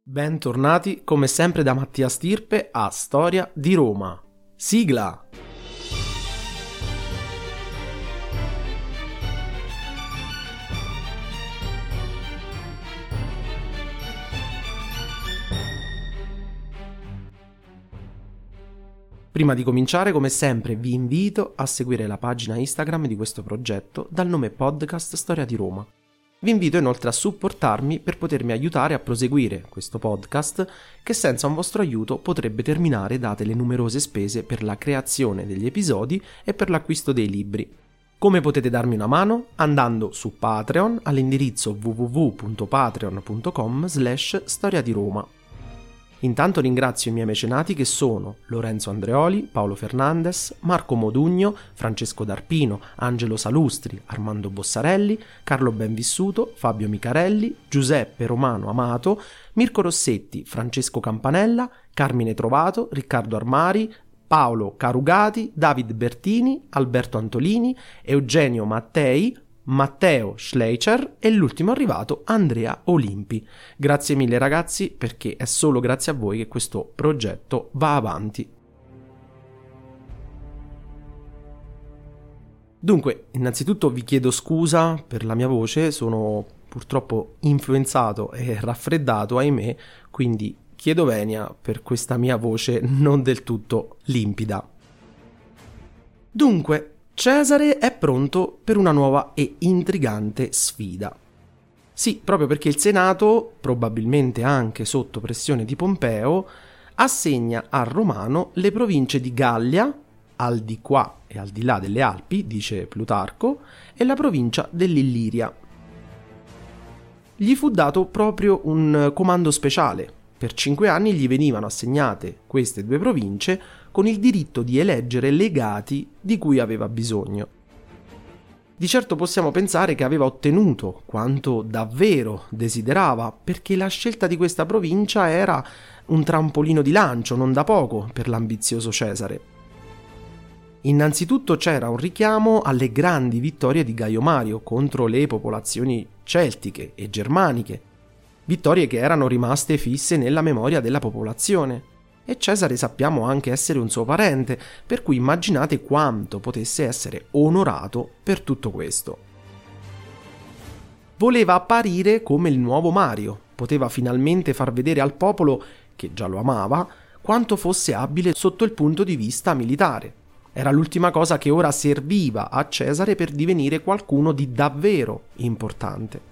Bentornati come sempre da Mattia Stirpe a Storia di Roma. Sigla! Prima di cominciare, come sempre, vi invito a seguire la pagina Instagram di questo progetto dal nome Podcast Storia di Roma. Vi invito inoltre a supportarmi per potermi aiutare a proseguire questo podcast che senza un vostro aiuto potrebbe terminare date le numerose spese per la creazione degli episodi e per l'acquisto dei libri. Come potete darmi una mano? Andando su Patreon all'indirizzo www.patreon.com/storia di Roma. Intanto ringrazio i miei mecenati che sono Lorenzo Andreoli, Paolo Fernandez, Marco Modugno, Francesco D'Arpino, Angelo Salustri, Armando Bossarelli, Carlo Benvissuto, Fabio Micarelli, Giuseppe Romano Amato, Mirko Rossetti, Francesco Campanella, Carmine Trovato, Riccardo Armari, Paolo Carugati, David Bertini, Alberto Antolini, Eugenio Mattei, Matteo Schleicher e l'ultimo arrivato Andrea Olimpi. Grazie mille ragazzi, perché è solo grazie a voi che questo progetto va avanti. Dunque, innanzitutto vi chiedo scusa per la mia voce, sono purtroppo influenzato e raffreddato, ahimè, quindi chiedo venia per questa mia voce non del tutto limpida. Dunque, Cesare è pronto per una nuova e intrigante sfida. Sì, proprio perché il Senato, probabilmente anche sotto pressione di Pompeo, assegna a Romano le province di Gallia, al di qua e al di là delle Alpi, dice Plutarco, e la provincia dell'Illiria. Gli fu dato proprio un comando speciale. Per 5 anni gli venivano assegnate queste due province con il diritto di eleggere legati di cui aveva bisogno. Di certo possiamo pensare che aveva ottenuto quanto davvero desiderava, perché la scelta di questa provincia era un trampolino di lancio non da poco per l'ambizioso Cesare. Innanzitutto c'era un richiamo alle grandi vittorie di Gaio Mario contro le popolazioni celtiche e germaniche, vittorie che erano rimaste fisse nella memoria della popolazione. E Cesare sappiamo anche essere un suo parente, per cui immaginate quanto potesse essere onorato per tutto questo. Voleva apparire come il nuovo Mario, poteva finalmente far vedere al popolo, che già lo amava, quanto fosse abile sotto il punto di vista militare. Era l'ultima cosa che ora serviva a Cesare per divenire qualcuno di davvero importante.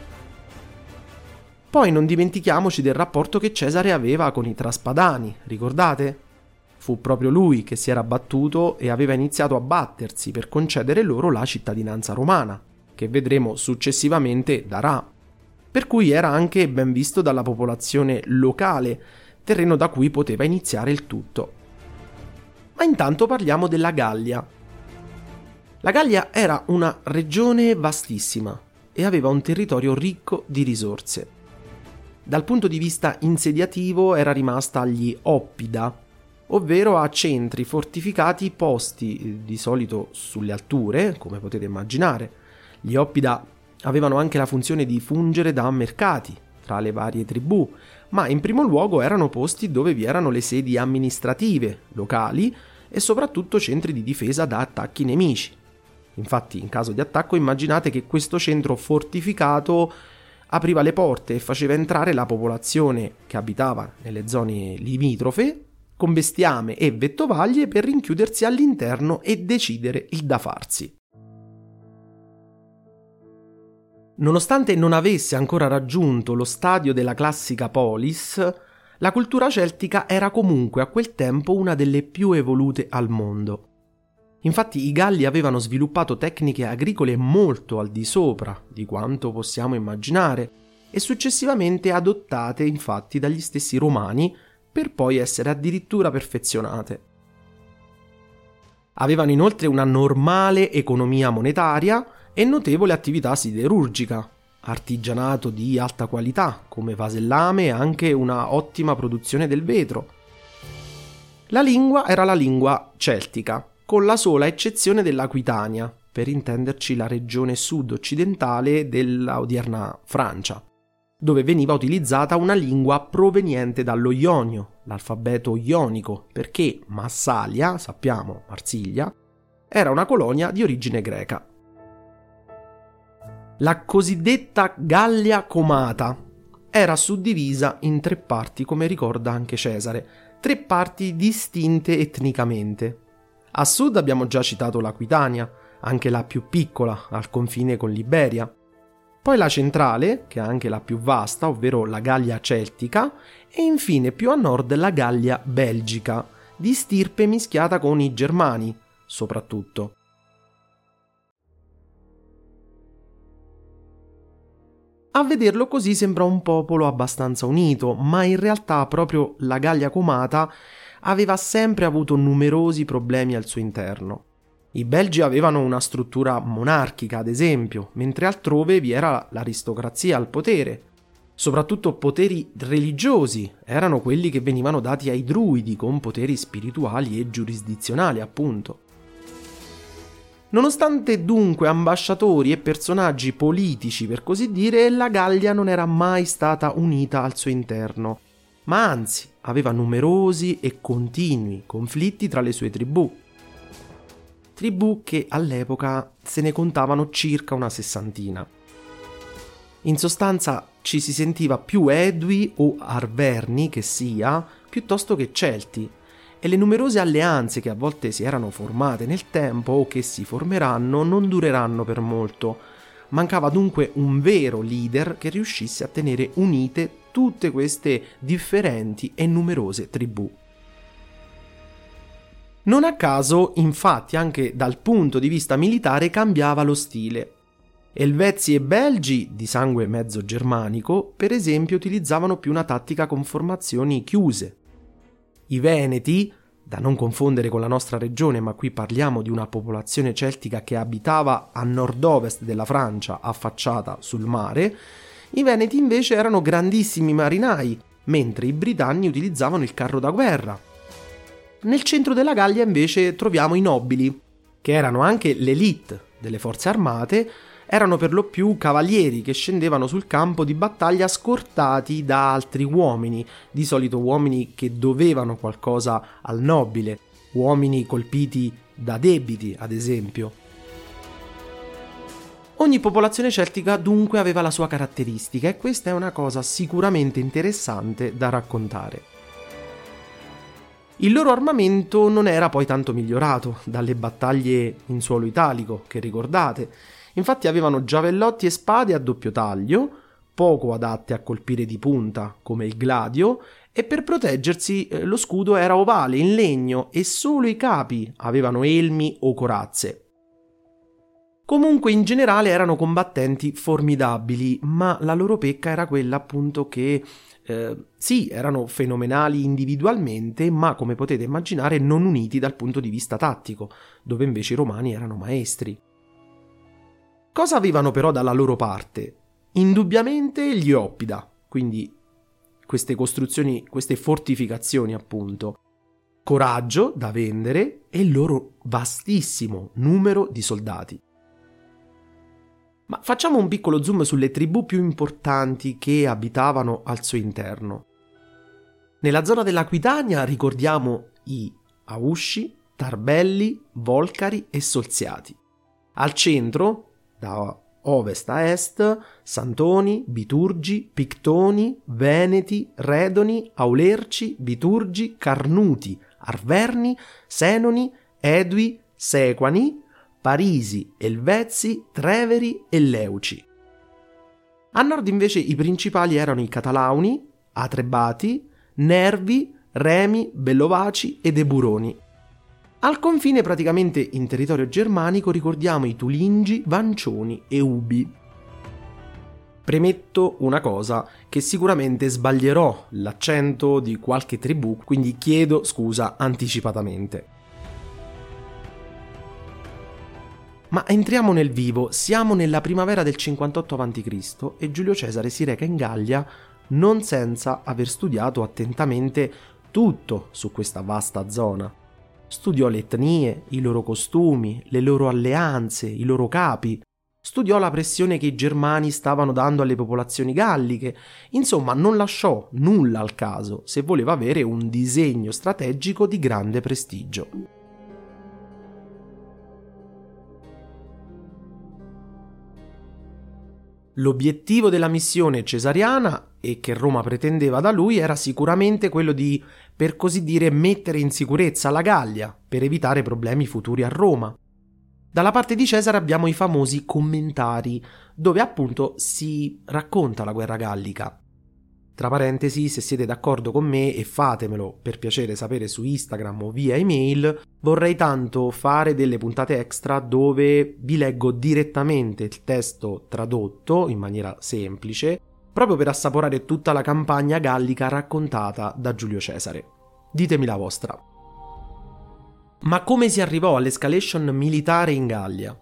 Poi non dimentichiamoci del rapporto che Cesare aveva con i Traspadani, ricordate? Fu proprio lui che si era battuto e aveva iniziato a battersi per concedere loro la cittadinanza romana, che vedremo successivamente darà. Per cui era anche ben visto dalla popolazione locale, terreno da cui poteva iniziare il tutto. Ma intanto parliamo della Gallia. La Gallia era una regione vastissima e aveva un territorio ricco di risorse. Dal punto di vista insediativo era rimasta agli Oppida, ovvero a centri fortificati posti di solito sulle alture, come potete immaginare. Gli Oppida avevano anche la funzione di fungere da mercati tra le varie tribù, ma in primo luogo erano posti dove vi erano le sedi amministrative locali e soprattutto centri di difesa da attacchi nemici. Infatti, in caso di attacco, immaginate che questo centro fortificato apriva le porte e faceva entrare la popolazione che abitava nelle zone limitrofe con bestiame e vettovaglie per rinchiudersi all'interno e decidere il da farsi. Nonostante non avesse ancora raggiunto lo stadio della classica polis, la cultura celtica era comunque a quel tempo una delle più evolute al mondo. Infatti i Galli avevano sviluppato tecniche agricole molto al di sopra di quanto possiamo immaginare e successivamente adottate infatti dagli stessi Romani per poi essere addirittura perfezionate. Avevano inoltre una normale economia monetaria e notevole attività siderurgica, artigianato di alta qualità come vasellame e anche una ottima produzione del vetro. La lingua era la lingua celtica, con la sola eccezione dell'Aquitania, per intenderci la regione sud-occidentale della odierna Francia. dove veniva utilizzata una lingua proveniente dallo Ionio, l'alfabeto ionico, perché Massalia, sappiamo, Marsiglia, era una colonia di origine greca. La cosiddetta Gallia Comata era suddivisa in 3 parti, come ricorda anche Cesare, 3 parti distinte etnicamente. A sud abbiamo già citato l'Aquitania, anche la più piccola, al confine con l'Iberia. Poi la centrale, che è anche la più vasta, ovvero la Gallia Celtica, e infine più a nord la Gallia Belgica, di stirpe mischiata con i Germani, soprattutto. A vederlo così sembra un popolo abbastanza unito, ma in realtà proprio la Gallia Comata aveva sempre avuto numerosi problemi al suo interno. I belgi avevano una struttura monarchica, ad esempio, mentre altrove vi era l'aristocrazia al potere. Soprattutto poteri religiosi erano quelli che venivano dati ai druidi, con poteri spirituali e giurisdizionali, appunto. Nonostante dunque ambasciatori e personaggi politici, per così dire, la Gallia non era mai stata unita al suo interno, ma anzi aveva numerosi e continui conflitti tra le sue tribù. Tribù che all'epoca se ne contavano circa una 60. In sostanza ci si sentiva più Edui o Arverni che sia, piuttosto che Celti, e le numerose alleanze che a volte si erano formate nel tempo o che si formeranno non dureranno per molto. Mancava dunque un vero leader che riuscisse a tenere unite tutte queste differenti e numerose tribù. Non a caso, infatti, anche dal punto di vista militare cambiava lo stile. Elvezi e Belgi, di sangue mezzo germanico, per esempio utilizzavano più una tattica con formazioni chiuse. I Veneti, da non confondere con la nostra regione, ma qui parliamo di una popolazione celtica che abitava a nord-ovest della Francia, affacciata sul mare, i Veneti invece erano grandissimi marinai, mentre i Britanni utilizzavano il carro da guerra. Nel centro della Gallia invece troviamo i nobili, che erano anche l'élite delle forze armate, erano per lo più cavalieri che scendevano sul campo di battaglia scortati da altri uomini, di solito uomini che dovevano qualcosa al nobile, uomini colpiti da debiti, ad esempio. Ogni popolazione celtica dunque aveva la sua caratteristica e questa è una cosa sicuramente interessante da raccontare. Il loro armamento non era poi tanto migliorato dalle battaglie in suolo italico, che ricordate. Infatti avevano giavellotti e spade a doppio taglio, poco adatte a colpire di punta, come il gladio, e per proteggersi lo scudo era ovale, in legno, e solo i capi avevano elmi o corazze. Comunque in generale erano combattenti formidabili, ma la loro pecca era quella appunto che sì, erano fenomenali individualmente, ma come potete immaginare non uniti dal punto di vista tattico, dove invece i romani erano maestri. Cosa avevano però dalla loro parte? Indubbiamente gli Oppida, quindi queste costruzioni, queste fortificazioni appunto, coraggio da vendere e il loro vastissimo numero di soldati. Ma facciamo un piccolo zoom sulle tribù più importanti che abitavano al suo interno. Nella zona dell'Aquitania ricordiamo i Ausci, Tarbelli, Volcari e Solziati. Al centro, da ovest a est, Santoni, Biturgi, Pictoni, Veneti, Redoni, Aulerci, Biturgi, Carnuti, Arverni, Senoni, Edui, Sequani, Parisi, Elvezi, Treveri e Leuci. A nord invece i principali erano i Catalauni, Atrebati, Nervi, Remi, Bellovaci ed Eburoni. Al confine praticamente in territorio germanico ricordiamo i Tulingi, Vancioni e Ubi. Premetto una cosa, che sicuramente sbaglierò l'accento di qualche tribù, quindi chiedo scusa anticipatamente. Ma entriamo nel vivo, siamo nella primavera del 58 a.C. e Giulio Cesare si reca in Gallia non senza aver studiato attentamente tutto su questa vasta zona. Studiò le etnie, i loro costumi, le loro alleanze, i loro capi. studiò la pressione che i Germani stavano dando alle popolazioni galliche, insomma non lasciò nulla al caso se voleva avere un disegno strategico di grande prestigio. L'obiettivo della missione cesariana, e che Roma pretendeva da lui, era sicuramente quello di, per così dire, mettere in sicurezza la Gallia per evitare problemi futuri a Roma. Dalla parte di Cesare abbiamo i famosi commentari, dove appunto si racconta la guerra gallica. Tra parentesi, se siete d'accordo con me, e fatemelo per piacere sapere su Instagram o via email, vorrei tanto fare delle puntate extra dove vi leggo direttamente il testo tradotto in maniera semplice, proprio per assaporare tutta la campagna gallica raccontata da Giulio Cesare. Ditemi la vostra. Ma come si arrivò all'escalation militare in Gallia?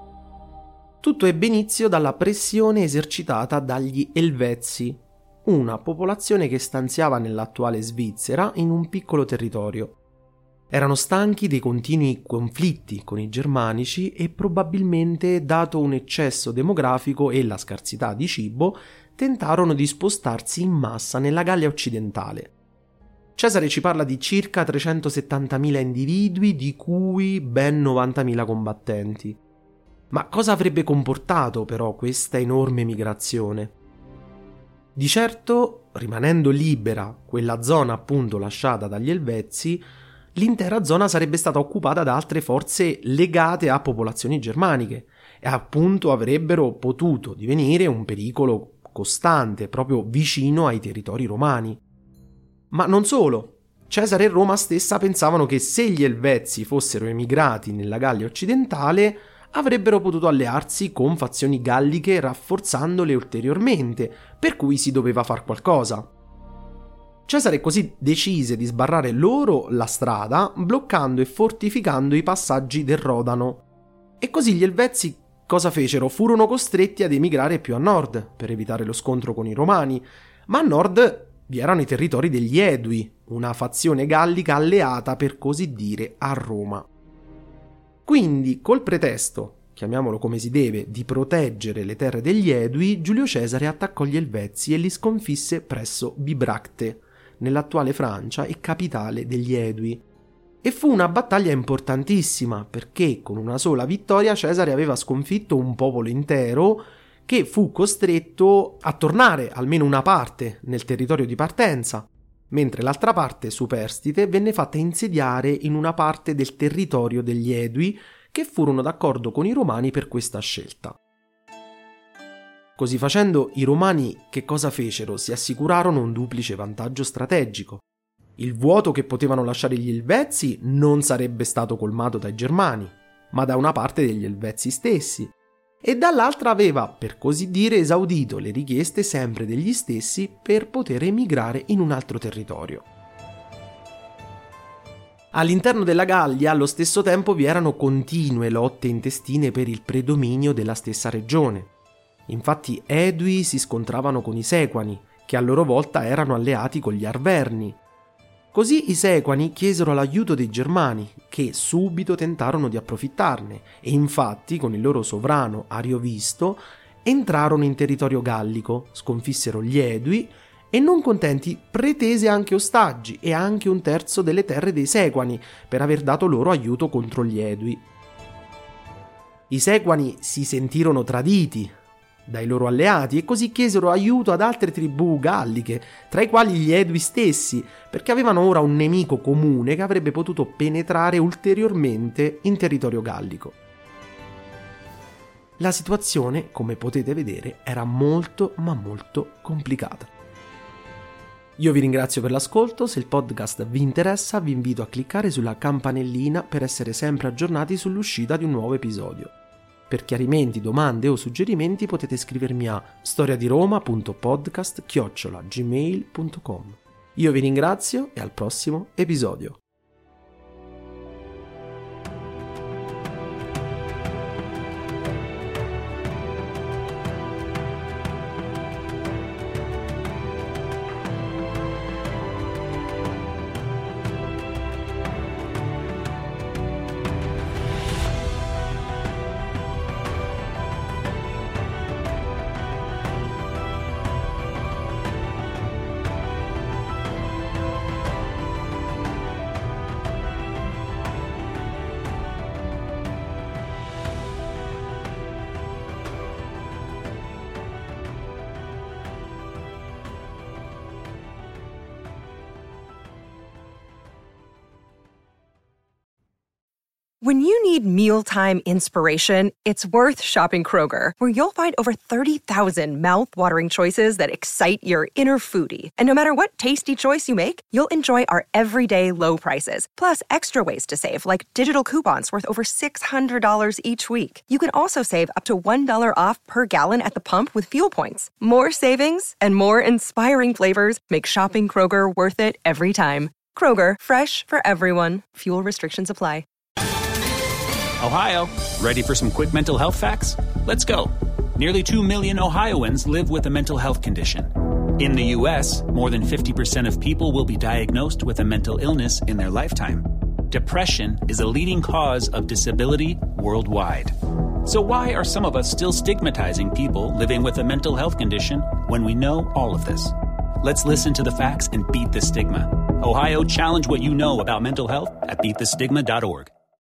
Tutto ebbe inizio dalla pressione esercitata dagli Elvezi, una popolazione che stanziava nell'attuale Svizzera in un piccolo territorio. Erano stanchi dei continui conflitti con i germanici e probabilmente, dato un eccesso demografico e la scarsità di cibo, tentarono di spostarsi in massa nella Gallia occidentale. Cesare ci parla di circa 370.000 individui, di cui ben 90.000 combattenti. Ma cosa avrebbe comportato però questa enorme migrazione? Di certo, rimanendo libera quella zona appunto lasciata dagli Elvezi, l'intera zona sarebbe stata occupata da altre forze legate a popolazioni germaniche e appunto avrebbero potuto divenire un pericolo costante proprio vicino ai territori romani. Ma non solo. Cesare e Roma stessa pensavano che se gli Elvezi fossero emigrati nella Gallia occidentale avrebbero potuto allearsi con fazioni galliche rafforzandole ulteriormente, per cui si doveva far qualcosa. Cesare così decise di sbarrare loro la strada, bloccando e fortificando i passaggi del Rodano. E così gli Elvezi cosa fecero? Furono costretti ad emigrare più a nord, per evitare lo scontro con i Romani, ma a nord vi erano i territori degli Edui, una fazione gallica alleata, per così dire, a Roma. Quindi, col pretesto, chiamiamolo come si deve, di proteggere le terre degli Edui, Giulio Cesare attaccò gli Elvezi e li sconfisse presso Bibracte, nell'attuale Francia e capitale degli Edui. E fu una battaglia importantissima, perché con una sola vittoria Cesare aveva sconfitto un popolo intero che fu costretto a tornare almeno una parte nel territorio di partenza, mentre l'altra parte superstite venne fatta insediare in una parte del territorio degli Edui, che furono d'accordo con i Romani per questa scelta. Così facendo, i Romani che cosa fecero? Si assicurarono un duplice vantaggio strategico. Il vuoto che potevano lasciare gli Elvezi non sarebbe stato colmato dai Germani, ma da una parte degli Elvezi stessi, e dall'altra aveva, per così dire, esaudito le richieste sempre degli stessi per poter emigrare in un altro territorio. All'interno della Gallia, allo stesso tempo, vi erano continue lotte intestine per il predominio della stessa regione. Infatti, Edui si scontravano con i Sequani, che a loro volta erano alleati con gli Arverni. Così i Sequani chiesero l'aiuto dei Germani, che subito tentarono di approfittarne, e infatti, con il loro sovrano Ariovisto, entrarono in territorio gallico, sconfissero gli Edui e, non contenti, pretese anche ostaggi e anche un terzo delle terre dei Sequani per aver dato loro aiuto contro gli Edui. I Sequani si sentirono traditi dai loro alleati e così chiesero aiuto ad altre tribù galliche, tra i quali gli Edui stessi, perché avevano ora un nemico comune che avrebbe potuto penetrare ulteriormente in territorio gallico. La situazione, come potete vedere, era molto ma molto complicata. Io vi ringrazio per l'ascolto, se il podcast vi interessa vi invito a cliccare sulla campanellina per essere sempre aggiornati sull'uscita di un nuovo episodio. Per chiarimenti, domande o suggerimenti potete scrivermi a storiadiroma.podcast@gmail.com. Io vi ringrazio e al prossimo episodio. When you need mealtime inspiration, it's worth shopping Kroger, where you'll find over 30,000 mouth-watering choices that excite your inner foodie. And no matter what tasty choice you make, you'll enjoy our everyday low prices, plus extra ways to save, like digital coupons worth over $600 each week. You can also save up to $1 off per gallon at the pump with fuel points. More savings and more inspiring flavors make shopping Kroger worth it every time. Kroger, fresh for everyone. Fuel restrictions apply. Ohio, ready for some quick mental health facts? Let's go. Nearly 2 million Ohioans live with a mental health condition. In the U.S., more than 50% of people will be diagnosed with a mental illness in their lifetime. Depression is a leading cause of disability worldwide. So why are some of us still stigmatizing people living with a mental health condition when we know all of this? Let's listen to the facts and beat the stigma. Ohio, challenge what you know about mental health at beatthestigma.org.